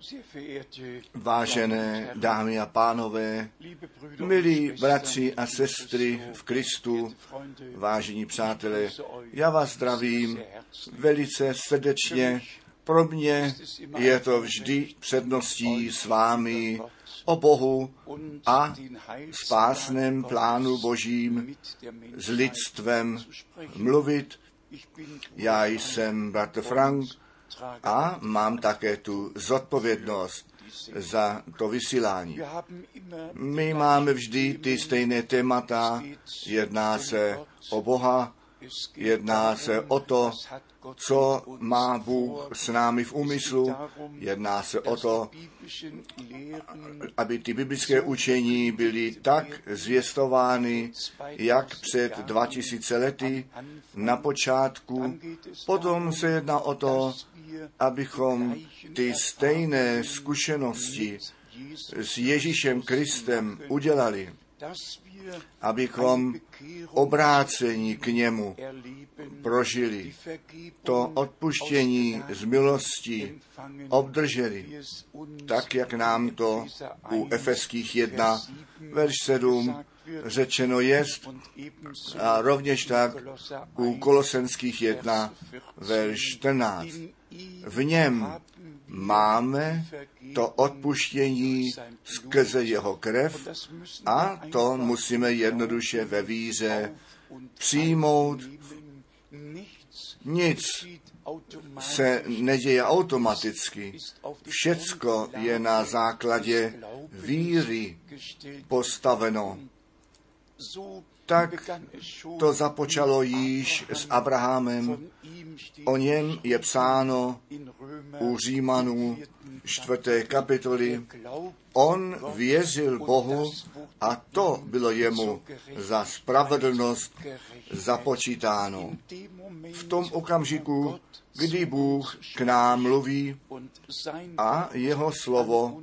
Vážené dámy a pánové, milí bratři a sestry v Kristu, vážení přátelé, já vás zdravím velice srdečně. Pro mě je to vždy předností s vámi o Bohu a spásném plánu Božím s lidstvem mluvit. Já jsem bratr Frank a mám také tu zodpovědnost za to vysílání. My máme vždy ty stejné témata, jedná se o Boha, jedná se o to, co má Bůh s námi v úmyslu, jedná se o to, aby ty biblické učení byly tak zvěstovány, jak před 2000 lety na počátku. Potom se jedná o to, abychom ty stejné zkušenosti s Ježíšem Kristem udělali, abychom obrácení k němu prožili, to odpuštění z milosti obdrželi, tak jak nám to u Efeských 1, verš 7 řečeno jest, a rovněž tak u Kolosenských 1, verš 14. V něm máme to odpuštění skrze jeho krev a to musíme jednoduše ve víře přijmout. Nic se neděje automaticky. Všecko je na základě víry postaveno. Tak to započalo již s Abrahamem. O něm je psáno u Římanů 4. kapitoly. On věřil Bohu a to bylo jemu za spravedlnost započítáno. V tom okamžiku, kdy Bůh k nám mluví a jeho slovo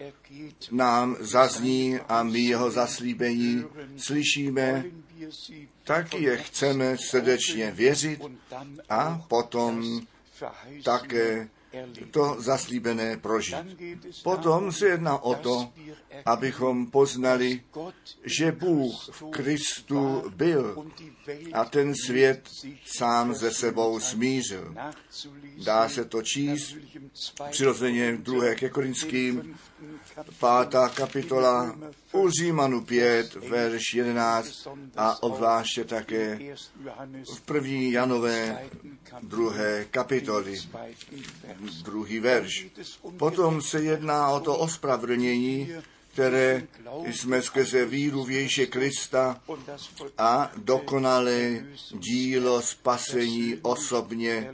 nám zazní a my jeho zaslíbení slyšíme, tak je chceme srdečně věřit a potom také to zaslíbené prožít. Potom se jedná o to, abychom poznali, že Bůh v Kristu byl a ten svět sám ze sebou smířil. Dá se to číst přirozeně 2. ke Korinským, 5. kapitola, u Římanu 5, verš 11 a obzvláště také v 1. Janové 2. kapitoly, 2. verš. Potom se jedná o to ospravedlnění, které jsme skrze víru v Ježíše Krista a dokonalé dílo spasení osobně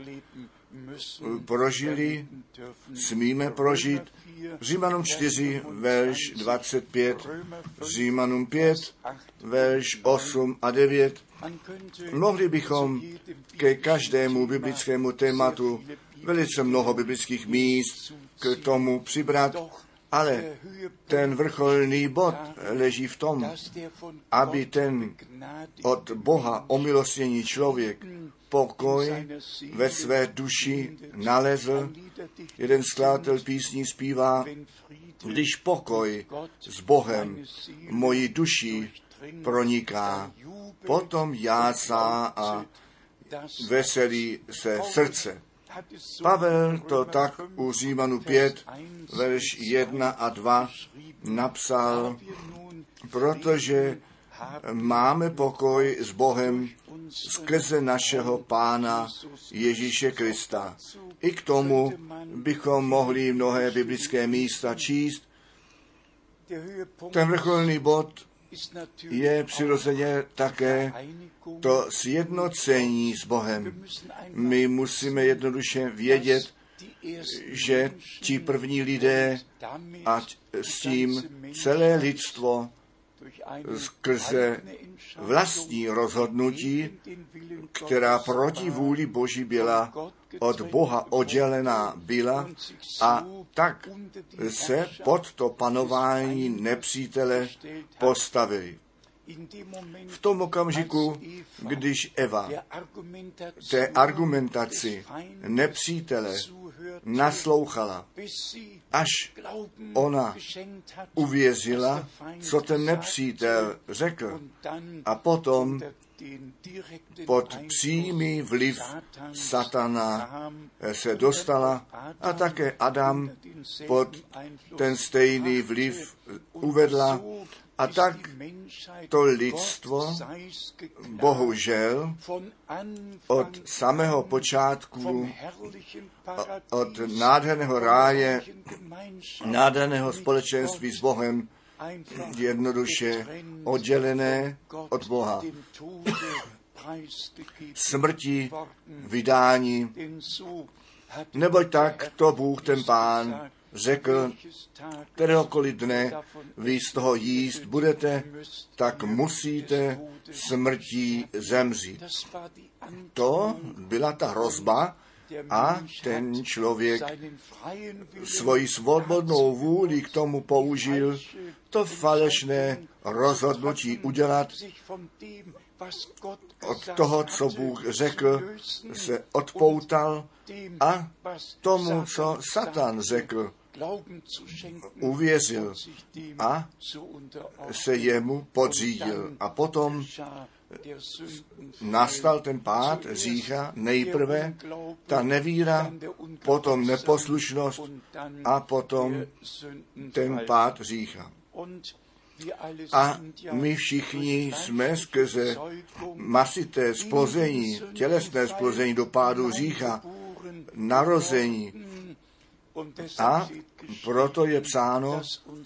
prožili, smíme prožít. Římanům 4, verš 25, Římanům 5, verš 8 a 9. Mohli bychom ke každému biblickému tématu velice mnoho biblických míst k tomu přibrat, ale ten vrcholný bod leží v tom, aby ten od Boha omilostněný člověk pokoj ve své duši nalezl. Jeden skladatel písní zpívá, když pokoj s Bohem mojí duši proniká, potom jásá a veselí se srdce. Pavel to tak u Římanu 5, verš 1 a 2 napsal, protože máme pokoj s Bohem skrze našeho Pána Ježíše Krista. I k tomu bychom mohli mnohé biblické místa číst. Ten vrcholný bod je přirozeně také to sjednocení s Bohem. My musíme jednoduše vědět, že ti první lidé a s tím celé lidstvo skrze vlastní rozhodnutí, která proti vůli Boží byla, od Boha oddělená byla a tak se pod to panování nepřítele postavili. V tom okamžiku, když Eva té argumentaci nepřítele naslouchala, až ona uvěřila, co ten nepřítel řekl, a potom pod přímý vliv satana se dostala a také Adam pod ten stejný vliv uvedla. A tak to lidstvo bohužel od samého počátku, od nádherného ráje, nádherného společenství s Bohem, jednoduše oddělené od Boha. Smrti, vydání, neboť tak to Bůh ten Pán řekl, kteréhokoliv dne vy z toho jíst budete, tak musíte smrtí zemřít. To byla ta hrozba a ten člověk svoji svobodnou vůli k tomu použil to falešné rozhodnutí udělat, od toho, co Bůh řekl, se odpoutal a tomu, co Satan řekl, uvěřil a se jemu podřídil. A potom nastal ten pád hřícha, nejprve ta nevíra, potom neposlušnost a potom ten pád hřícha. A my všichni jsme skrze masité splození, tělesné splození do pádu hřícha, narození. A proto je psáno,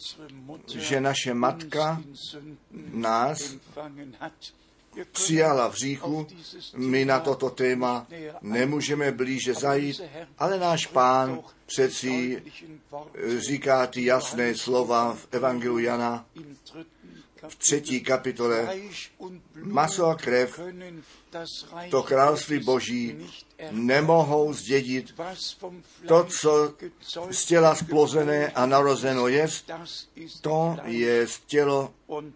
že naše matka nás přijala v hříchu. My na toto téma nemůžeme blíže zajít, ale náš Pán přeci říká ty jasné slova v Evangeliu Jana v 3. kapitole. Maso a krev, to království Boží, nemohou zdědit to, co z těla splozené a narozeno jest, to je tělo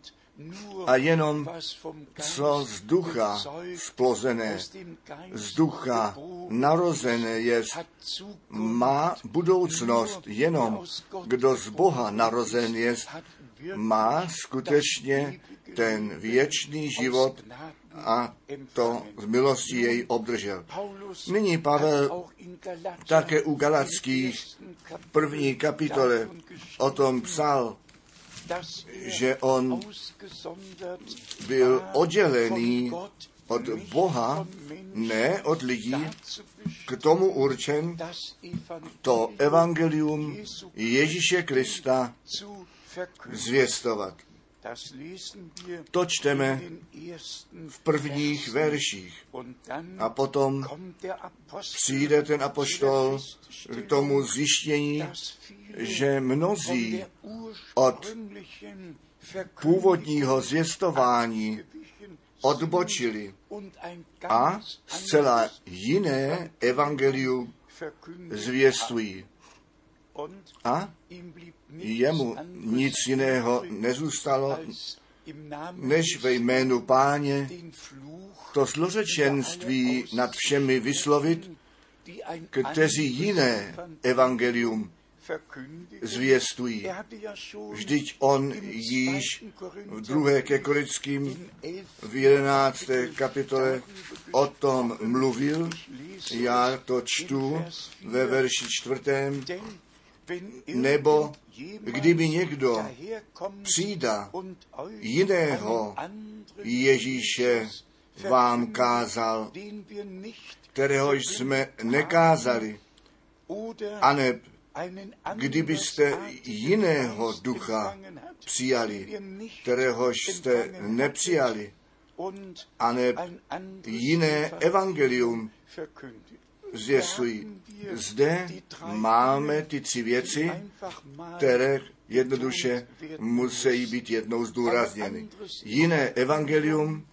a jenom co z ducha splozené, z ducha narozené jest, má budoucnost. Jenom kdo z Boha narozen jest, má skutečně ten věčný život a to z milosti jej obdržel. Nyní Pavel také u Galackých 1. kapitole o tom psal, že on byl oddělený od Boha, ne od lidí, k tomu určen to evangelium Ježíše Krista zvěstovat. To čteme v prvních verších. A potom přijde ten apoštol k tomu zjištění, že mnozí od původního zvěstování odbočili a zcela jiné evangelium zvěstují. A jemu nic jiného nezůstalo, než ve jménu Páně to zlořečenství nad všemi vyslovit, kteří jiné evangelium zvěstují. Vždyť on již v 2. ke Korinským v 11. kapitole o tom mluvil. Já to čtu ve verši 4. Nebo kdyby někdo přijda jiného Ježíše vám kázal, kterého jsme nekázali, aneb kdybyste jiného ducha přijali, kteréhož jste nepřijali, aneb jiné evangelium zvěstují. Zde máme ty 3 věci, které jednoduše musí být jednou zdůrazněny. Jiné evangelium,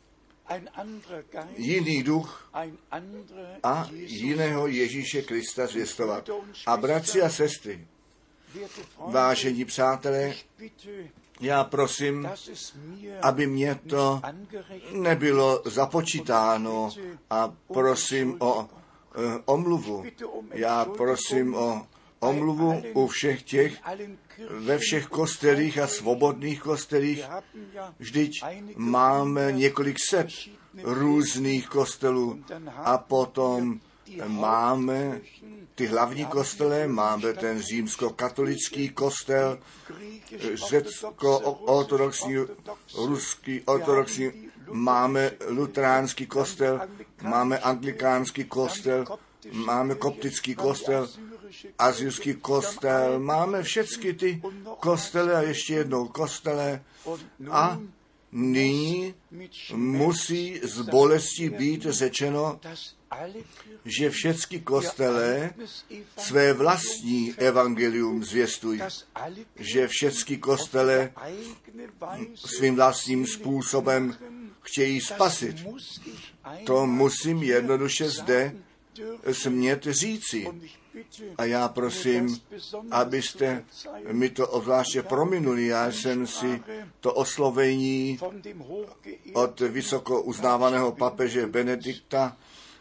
jiný duch a jiného Ježíše Krista zvěstovat. A bratři a sestry, vážení přátelé, Já prosím, aby mě to nebylo započítáno a prosím o omluvu. Já prosím o omluvu u všech těch, ve všech kostelích a svobodných kostelích. Vždyť máme několik set různých kostelů a potom máme ty hlavní kostely, máme ten římskokatolický kostel, řecko-ortodoxní, ruský ortodoxní, máme luteránský kostel, máme anglikánský kostel, máme koptický kostel, asyrský kostel, máme všechny ty kostely a ještě jednou kostele a nyní musí z bolesti být řečeno, že všechny kostele své vlastní evangelium zvěstují, že všechny kostele svým vlastním způsobem chtějí spasit. To musím jednoduše zde smět říci. A já prosím, abyste mi to obzvláště prominuli. Já jsem si to oslovení od vysoko uznávaného papeže Benedikta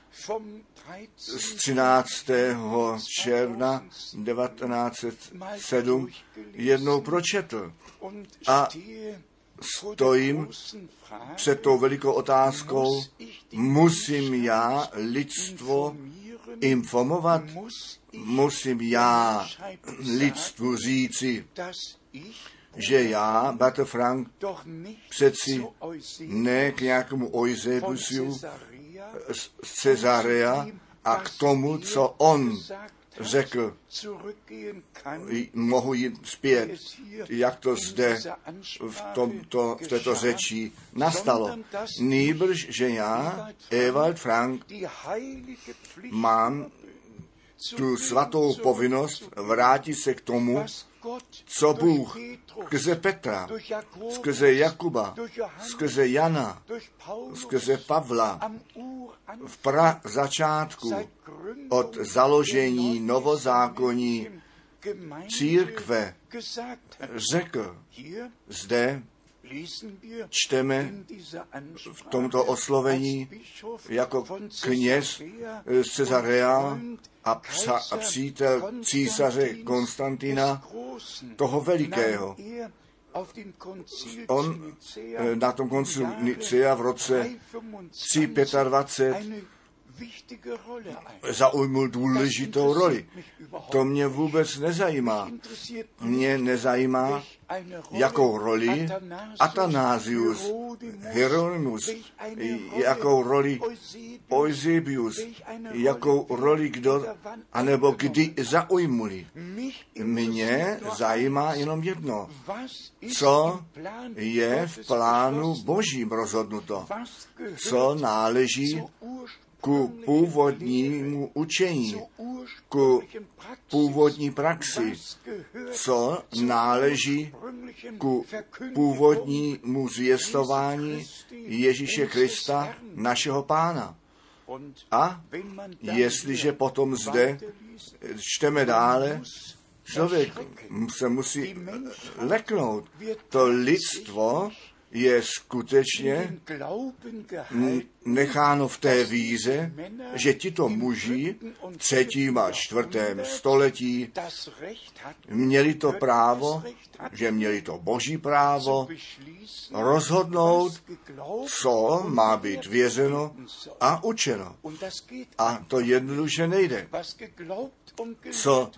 z 13. června 1907 jednou pročetl. A stojím před tou velikou otázkou, musím já lidstvo informovat, musím já lidstvu říci, že já, bratr Frank, přeci ne k nějakému Eusebiusu z Cezarea a k tomu, co on řekl, mohu jít zpět, jak to zde v této řeči nastalo. Nýbrž, že já, Ewald Frank, mám tu svatou povinnost vrátit se k tomu, co Bůh skrze Petra, skrze Jakuba, skrze Jana, skrze Pavla v začátku od založení novozákonní církve řekl. Zde čteme v tomto oslovení jako kněz z Cezarea a přítel císaře Konstantina, toho velikého. On na tom koncilu Nicea v roce 325 zaujmul důležitou roli. To mě vůbec nezajímá. Mě nezajímá, jakou roli Athanasius, Hieronymus, jakou roli Eusebius, jakou roli kdo, anebo kdy zaujmuli. Mě zajímá jenom jedno. Co je v plánu Božím rozhodnuto? Co náleží ku původnímu učení, ku původní praxi, co náleží ku původnímu zvěstování Ježíše Krista, našeho Pána. A jestliže potom zde čteme dále, člověk se musí leknout. To lidstvo je skutečně necháno v té víře, že tito muži v 3. a 4. století měli to právo, že měli to Boží právo rozhodnout, co má být věřeno a učeno. A to jednoduše nejde. Co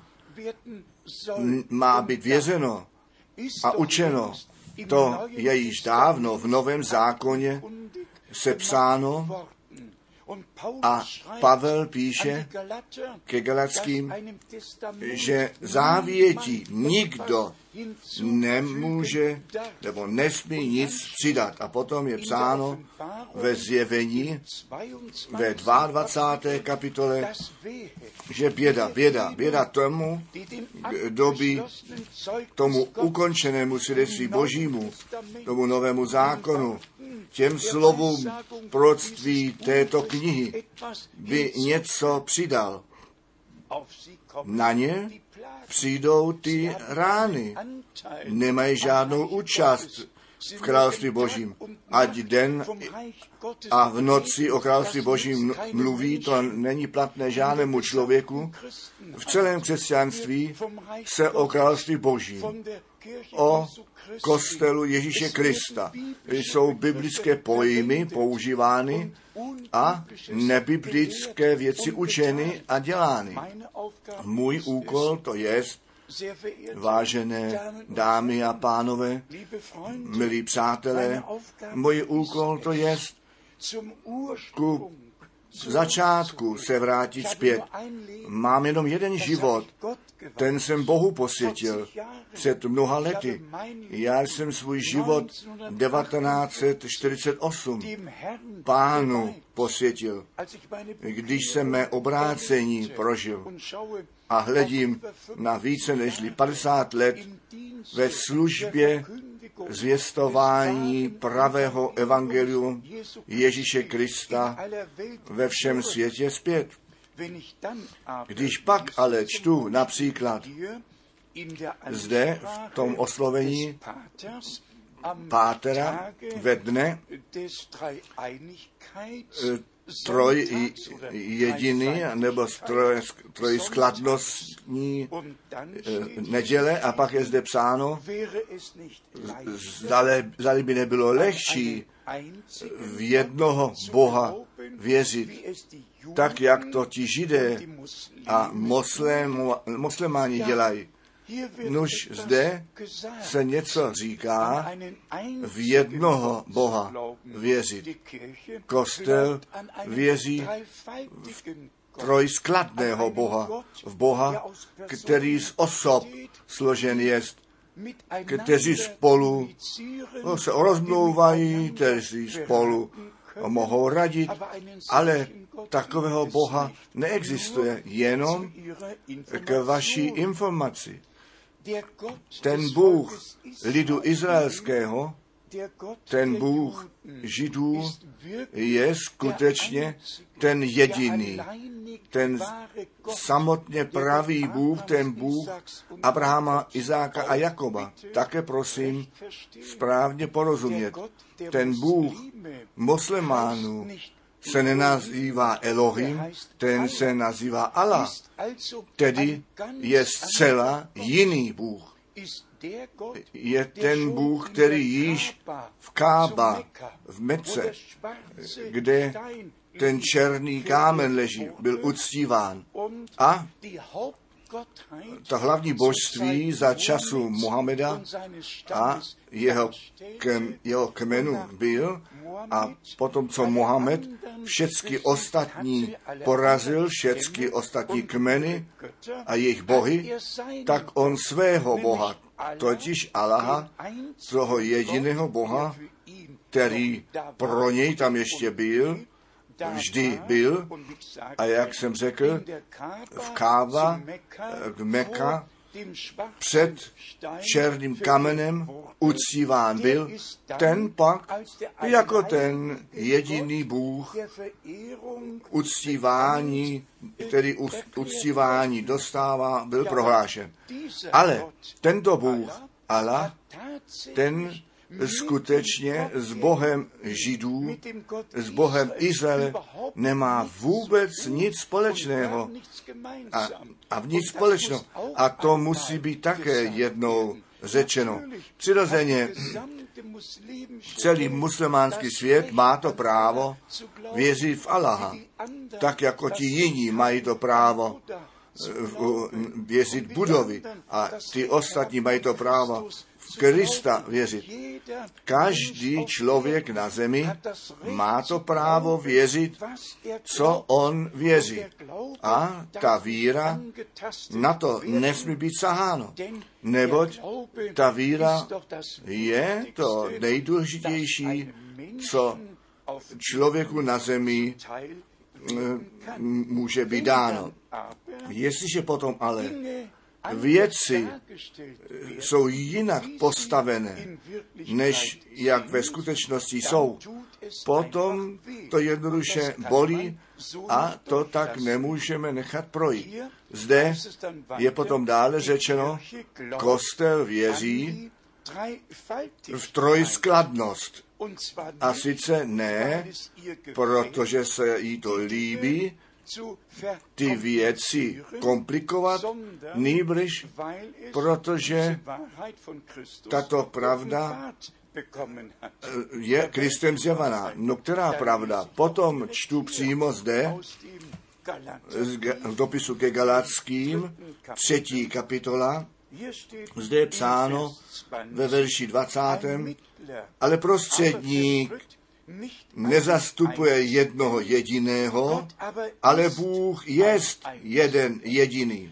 má být věřeno a učeno, to je již dávno v Novém zákoně sepsáno a Pavel píše ke Galatským, že závětí nikdo nemůže nebo nesmí nic přidat. A potom je psáno ve Zjevení ve 22. kapitole, že běda tomu, kdo by tomu ukončenému svědectví Božímu, tomu novému zákonu, těm slovům proroctví této knihy by něco přidal. Na ně přijdou ty rány, nemají žádnou účast v království Božím. Ať den a v noci o království Božím mluví, to není platné žádnému člověku. V celém křesťanství se o království Božím, o kostelu Ježíše Krista jsou biblické pojmy používány a nebiblické věci učeny a dělány. Můj úkol to je, vážené dámy a pánové, milí přátelé, můj úkol to je ku začátku se vrátit zpět. Mám jenom jeden život, ten jsem Bohu posvětil před mnoha lety. Já jsem svůj život 1948 Pánu posvětil, když jsem mé obrácení prožil a hledím na více než 50 let ve službě zvěstování pravého evangeliu Ježíše Krista ve všem světě zpět. Když pak ale čtu například zde v tom oslovení Pátera ve dne trojjediny nebo trojskladnostní neděle a pak je zde psáno, zdali by nebylo lehčí v jednoho Boha věřit, tak jak to ti Židé a moslemáni dělají. Nuž zde se něco říká v jednoho Boha věřit. Kostel věří v trojskladného Boha, v Boha, který z osob složen jest, kteří spolu se rozmlouvají, kteří spolu mohou radit, ale takového Boha neexistuje, jenom k vaší informaci. Ten Bůh lidu izraelského, ten Bůh Židů je skutečně ten jediný, ten samotně pravý Bůh, ten Bůh Abrahama, Izáka a Jakoba. Také prosím správně porozumět. Ten Bůh moslemánů se nenazývá Elohim, ten se nazývá Allah, tedy je zcela jiný Bůh. Je ten Bůh, který již v Kába, v Mece, kde ten černý kámen leží, byl uctíván. A ta hlavní božství za času Mohameda a jeho kmenu byl, a potom, co Mohamed všechny ostatní porazil, všechny ostatní kmeny a jejich bohy, tak on svého Boha, totiž Allaha, toho jediného Boha, který pro něj tam ještě byl, vždy byl, a jak jsem řekl, v Kába, v Meka, před černým kamenem uctíván byl, ten pak jako ten jediný Bůh uctívání, který uctívání dostává, byl prohlášen. Ale tento Bůh, Allah, ten skutečně s Bohem Židů, s Bohem Izraele nemá vůbec nic společného. A nic společného. A to musí být také jednou řečeno. Přirozeně celý muslimánský svět má to právo věřit v Allaha, tak jako ti jiní mají to právo věřit Budovi a ty ostatní mají to právo v Krista věřit. Každý člověk na zemi má to právo věřit, co on věří. A ta víra, na to nesmí být saháno, neboť ta víra je to nejdůležitější, co člověku na zemi může být dáno. Jestliže potom ale věci jsou jinak postavené, než jak ve skutečnosti jsou, potom to jednoduše bolí a to tak nemůžeme nechat projít. Zde je potom dále řečeno, kostel věří v trojskladnost. A sice ne, protože se jí to líbí, ty věci komplikovat, nýbrž protože tato pravda je Kristem zjevaná. No která pravda? Potom čtu přímo zde z dopisu ke Galatským, 3. kapitola, zde je psáno ve verši 20. Ale prostředník nezastupuje jednoho jediného, ale Bůh jest jeden jediný.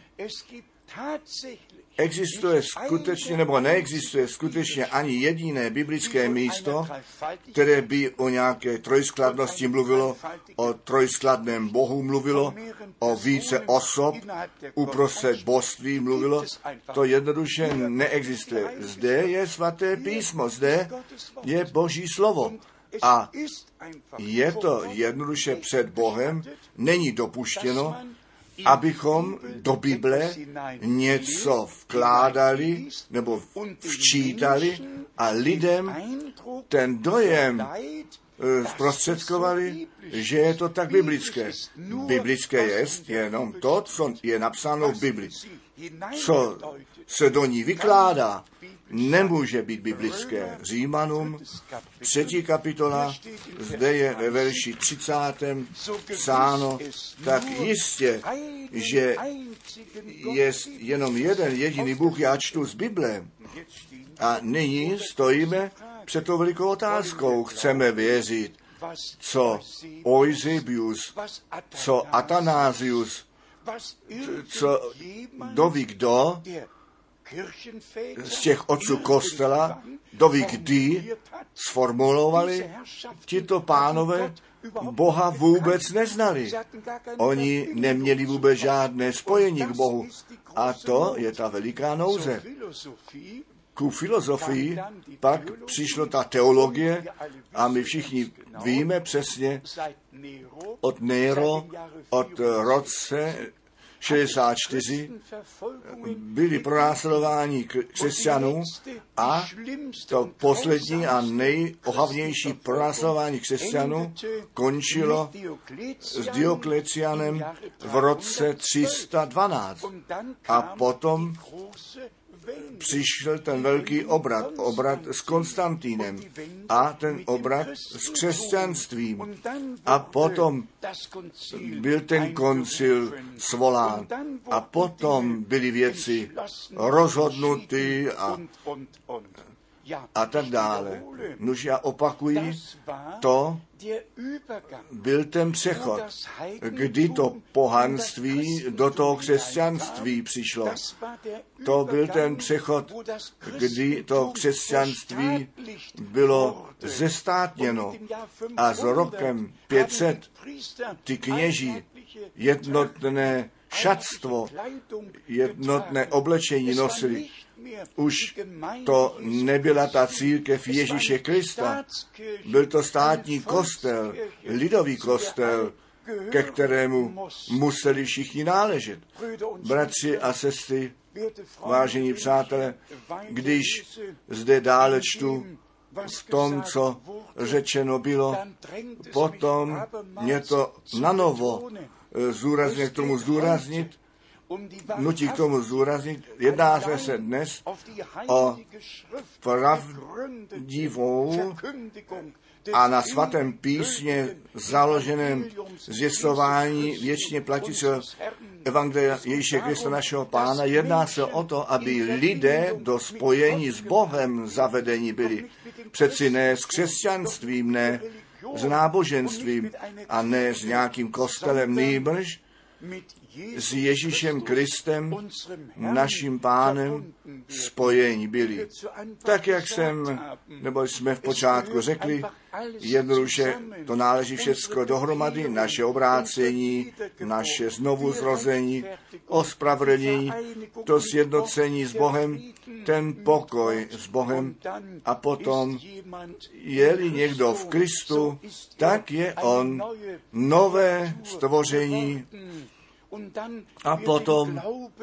Existuje skutečně, nebo neexistuje skutečně ani jediné biblické místo, které by o nějaké trojskladnosti mluvilo, o trojskladném Bohu mluvilo, o více osob uprostřed božství mluvilo. To jednoduše neexistuje. Zde je svaté písmo, zde je Boží slovo. A je to jednoduše před Bohem, není dopuštěno, abychom do Bible něco vkládali nebo včítali a lidem ten dojem zprostředkovali, že je to tak biblické. Biblické je jenom to, co je napsáno v Bibli. Co se do ní vykládá, nemůže být biblické. Římanům 3. kapitola, zde je ve verši 30. psáno, tak jistě, že je jenom jeden jediný Bůh, já čtu z Bible. A nyní stojíme před tou velikou otázkou. Chceme věřit, co Eusebius, co Athanasius, co doví kdo z těch otců kostela, doví kdy sformulovali, tito pánové Boha vůbec neznali. Oni neměli vůbec žádné spojení k Bohu. A to je ta veliká nouze. Ku filozofii pak přišla ta teologie a my všichni víme přesně od Nero, od roce 64 byli pronásledováni křesťanů a to poslední a nejohavnější pronásledování křesťanů končilo s Dioklecianem v roce 312. A potom přišel ten velký obrat s Konstantínem a ten obrat s křesťanstvím. A potom byl ten koncil svolán a potom byly věci rozhodnuty a tak dále. Nož já opakuji, to byl ten přechod, kdy to pohanství do toho křesťanství přišlo. To byl ten přechod, kdy to křesťanství bylo zestátněno a s rokem 500 ty kněží jednotné šatstvo, jednotné oblečení nosili. Už to nebyla ta církev Ježíše Krista, byl to státní kostel, lidový kostel, ke kterému museli všichni náležet. Bratři a sestry, vážení přátelé, když zde dále čtu v tom, co řečeno bylo, potom mě to nanovo zúrazně k tomu zdůraznit, nutí k tomu zdůraznit, jedná se dnes o pravdivou a na svatém písmě založeném zvěstování věčně platícího evangelia Ježíše Krista našeho Pána. Jedná se o to, aby lidé do spojení s Bohem zavedení byli. Přeci ne s křesťanstvím, ne s náboženstvím a ne s nějakým kostelem, nýbrž s Ježíšem Kristem, naším Pánem, spojení byli. Tak, jak jsme v počátku řekli, jednoduše to náleží všecko dohromady, naše obrácení, naše znovuzrození, ospravedlnění, to sjednocení s Bohem, ten pokoj s Bohem a potom, je-li někdo v Kristu, tak je on nové stvoření A potom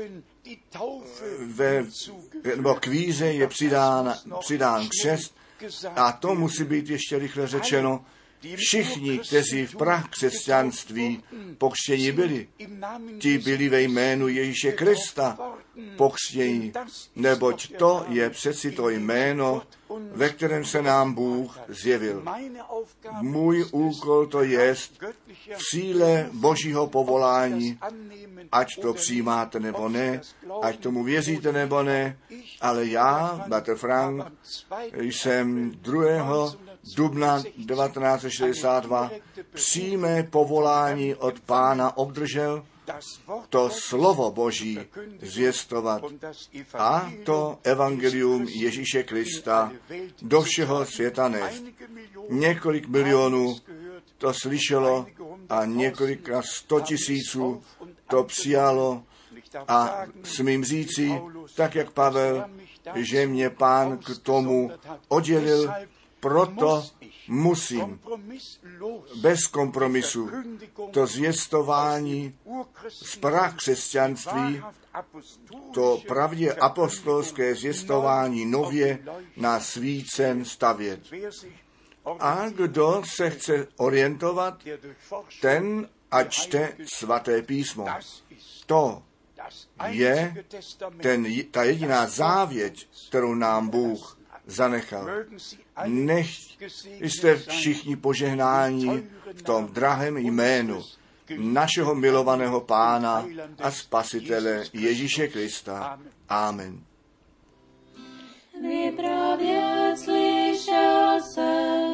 k víře je přidán křest a to musí být ještě rychle řečeno. Všichni, kteří v prach křesťanství pokřtěni byli, ti byli ve jménu Ježíše Krista pokřtěni, neboť to je přeci to jméno, ve kterém se nám Bůh zjevil. Můj úkol to jest v síle Božího povolání, ať to přijímáte nebo ne, ať tomu věříte nebo ne, ale já, bratr Frank, jsem 2. dubna 1962 přímé povolání od Pána obdržel, to slovo Boží zvěstovat a to evangelium Ježíše Krista do všeho světa nést. Několik milionů to slyšelo a několika 100 000 to přijalo a smím říci, tak jak Pavel, že mě Pán k tomu oddělil, proto musím bez kompromisu to zvěstování z prach křesťanství, to pravdě apostolské zvěstování nově na svícen stavět. A kdo se chce orientovat, ten ať čte svaté písmo. To je ta jediná závěť, kterou nám Bůh zanechal. Nech jste všichni požehnáni v tom drahém jménu našeho milovaného Pána a Spasitele Ježíše Krista. Amen. Vypravět slyšel jsem